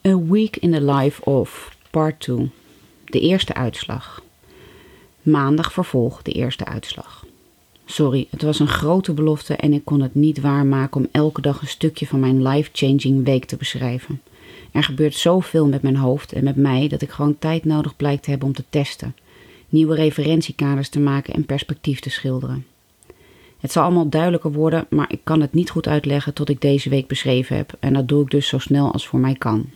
A Week in the Life of, part 2. De eerste uitslag. Maandag vervolg de eerste uitslag. Sorry, het was een grote belofte en ik kon het niet waarmaken om elke dag een stukje van mijn life-changing week te beschrijven. Er gebeurt zoveel met mijn hoofd en met mij dat ik gewoon tijd nodig blijkt te hebben om te testen. Nieuwe referentiekaders te maken en perspectief te schilderen. Het zal allemaal duidelijker worden, maar ik kan het niet goed uitleggen tot ik deze week beschreven heb. En dat doe ik dus zo snel als voor mij kan.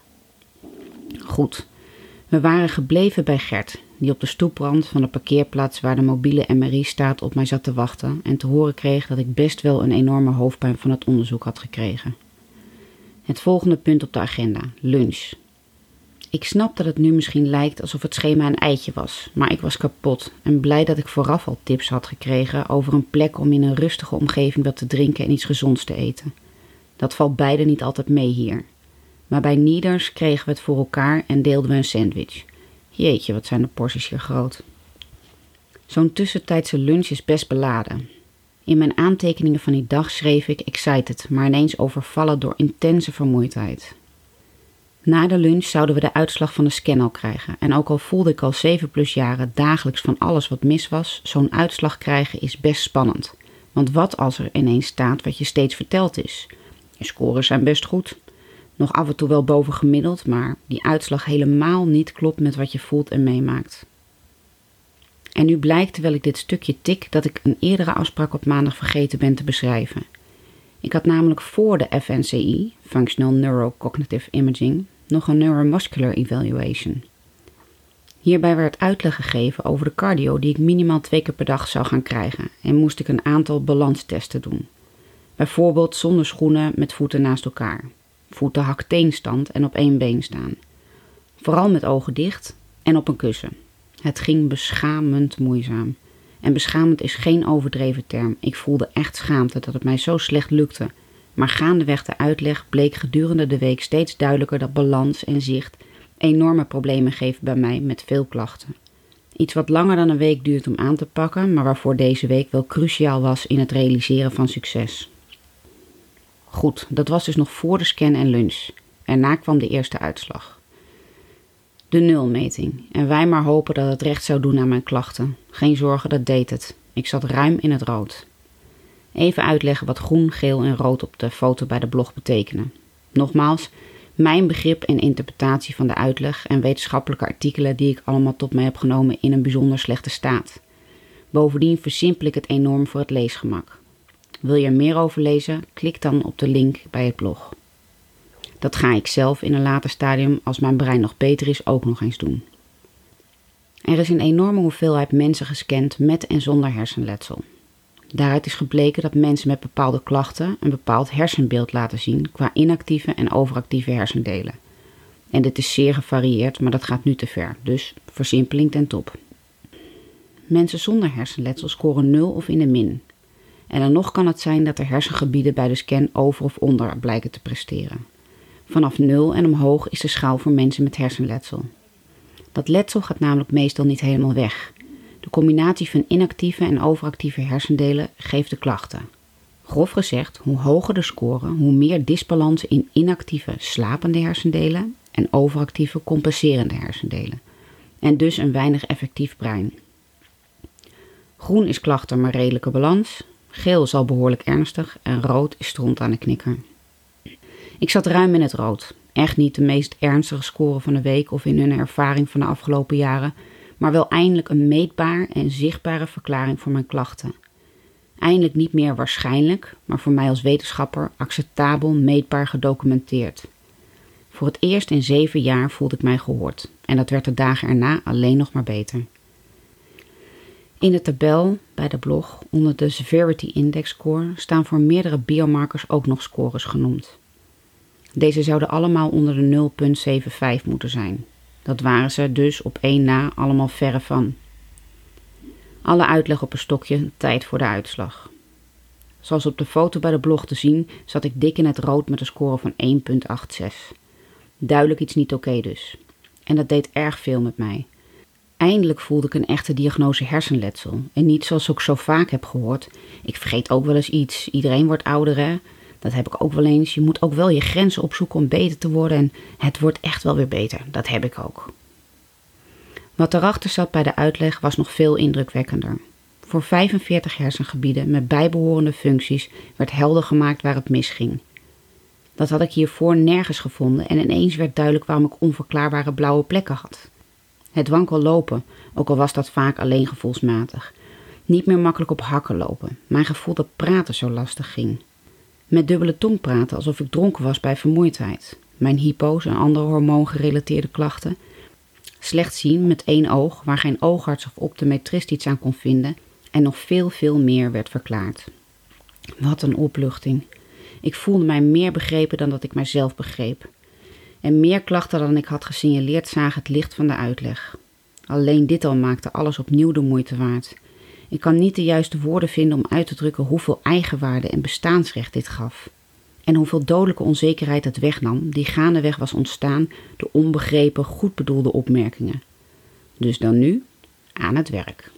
Goed, we waren gebleven bij Gert, die op de stoeprand van de parkeerplaats waar de mobiele MRI staat op mij zat te wachten en te horen kreeg dat ik best wel een enorme hoofdpijn van het onderzoek had gekregen. Het volgende punt op de agenda, lunch. Ik snap dat het nu misschien lijkt alsof het schema een eitje was, maar ik was kapot en blij dat ik vooraf al tips had gekregen over een plek om in een rustige omgeving wat te drinken en iets gezonds te eten. Dat valt beide niet altijd mee hier. Maar bij Nieders kregen we het voor elkaar en deelden we een sandwich. Jeetje, wat zijn de porties hier groot. Zo'n tussentijdse lunch is best beladen. In mijn aantekeningen van die dag schreef ik excited, maar ineens overvallen door intense vermoeidheid. Na de lunch zouden we de uitslag van de scan al krijgen. En ook al voelde ik al 7+ jaren dagelijks van alles wat mis was, zo'n uitslag krijgen is best spannend. Want wat als er ineens staat wat je steeds verteld is? Je scores zijn best goed. Nog af en toe wel bovengemiddeld, maar die uitslag helemaal niet klopt met wat je voelt en meemaakt. En nu blijkt, terwijl ik dit stukje tik, dat ik een eerdere afspraak op maandag vergeten ben te beschrijven. Ik had namelijk voor de FNCI, Functional Neurocognitive Imaging, nog een neuromuscular evaluation. Hierbij werd uitleg gegeven over de cardio die ik minimaal 2 keer per dag zou gaan krijgen en moest ik een aantal balanstesten doen. Bijvoorbeeld zonder schoenen met voeten naast elkaar. Voeten hakteenstand en op 1 been staan. Vooral met ogen dicht en op een kussen. Het ging beschamend moeizaam. En beschamend is geen overdreven term. Ik voelde echt schaamte dat het mij zo slecht lukte. Maar gaandeweg de uitleg bleek gedurende de week steeds duidelijker dat balans en zicht enorme problemen geven bij mij met veel klachten. Iets wat langer dan een week duurt om aan te pakken, maar waarvoor deze week wel cruciaal was in het realiseren van succes. Goed, dat was dus nog voor de scan en lunch. Erna kwam de eerste uitslag. De nulmeting. En wij maar hopen dat het recht zou doen aan mijn klachten. Geen zorgen, dat deed het. Ik zat ruim in het rood. Even uitleggen wat groen, geel en rood op de foto bij de blog betekenen. Nogmaals, mijn begrip en interpretatie van de uitleg en wetenschappelijke artikelen die ik allemaal tot mij heb genomen in een bijzonder slechte staat. Bovendien versimpel ik het enorm voor het leesgemak. Wil je er meer over lezen? Klik dan op de link bij het blog. Dat ga ik zelf in een later stadium, als mijn brein nog beter is, ook nog eens doen. Er is een enorme hoeveelheid mensen gescand met en zonder hersenletsel. Daaruit is gebleken dat mensen met bepaalde klachten een bepaald hersenbeeld laten zien qua inactieve en overactieve hersendelen. En dit is zeer gevarieerd, maar dat gaat nu te ver, dus versimpeling ten top. Mensen zonder hersenletsel scoren 0 of in de min. En dan nog kan het zijn dat de hersengebieden bij de scan over of onder blijken te presteren. Vanaf 0 en omhoog is de schaal voor mensen met hersenletsel. Dat letsel gaat namelijk meestal niet helemaal weg. De combinatie van inactieve en overactieve hersendelen geeft de klachten. Grof gezegd, hoe hoger de score, hoe meer disbalans in inactieve slapende hersendelen en overactieve compenserende hersendelen. En dus een weinig effectief brein. Groen is klachten maar redelijke balans. Geel is al behoorlijk ernstig en rood is stront aan de knikker. Ik zat ruim in het rood. Echt niet de meest ernstige score van de week of in hun ervaring van de afgelopen jaren, maar wel eindelijk een meetbaar en zichtbare verklaring voor mijn klachten. Eindelijk niet meer waarschijnlijk, maar voor mij als wetenschapper acceptabel, meetbaar gedocumenteerd. Voor het eerst in 7 jaar voelde ik mij gehoord en dat werd de dagen erna alleen nog maar beter. In de tabel bij de blog onder de Severity Index Score staan voor meerdere biomarkers ook nog scores genoemd. Deze zouden allemaal onder de 0,75 moeten zijn. Dat waren ze dus op 1 na allemaal verre van. Alle uitleg op een stokje, tijd voor de uitslag. Zoals op de foto bij de blog te zien, zat ik dik in het rood met een score van 1,86. Duidelijk iets niet oké dus. En dat deed erg veel met mij. Eindelijk voelde ik een echte diagnose hersenletsel. En niet zoals ik zo vaak heb gehoord. Ik vergeet ook wel eens iets. Iedereen wordt ouder, hè? Dat heb ik ook wel eens. Je moet ook wel je grenzen opzoeken om beter te worden en het wordt echt wel weer beter. Dat heb ik ook. Wat erachter zat bij de uitleg was nog veel indrukwekkender. Voor 45 hersengebieden met bijbehorende functies werd helder gemaakt waar het misging. Dat had ik hiervoor nergens gevonden en ineens werd duidelijk waarom ik onverklaarbare blauwe plekken had. Het wankel lopen, ook al was dat vaak alleen gevoelsmatig. Niet meer makkelijk op hakken lopen. Mijn gevoel dat praten zo lastig ging. Met dubbele tong praten alsof ik dronken was bij vermoeidheid. Mijn hypo's en andere hormoongerelateerde klachten. Slecht zien met 1 oog waar geen oogarts of optometrist iets aan kon vinden. En nog veel meer werd verklaard. Wat een opluchting. Ik voelde mij meer begrepen dan dat ik mijzelf begreep. En meer klachten dan ik had gesignaleerd zagen het licht van de uitleg. Alleen dit al maakte alles opnieuw de moeite waard. Ik kan niet de juiste woorden vinden om uit te drukken hoeveel eigenwaarde en bestaansrecht dit gaf. En hoeveel dodelijke onzekerheid het wegnam die gaandeweg was ontstaan door onbegrepen, goed bedoelde opmerkingen. Dus dan nu aan het werk.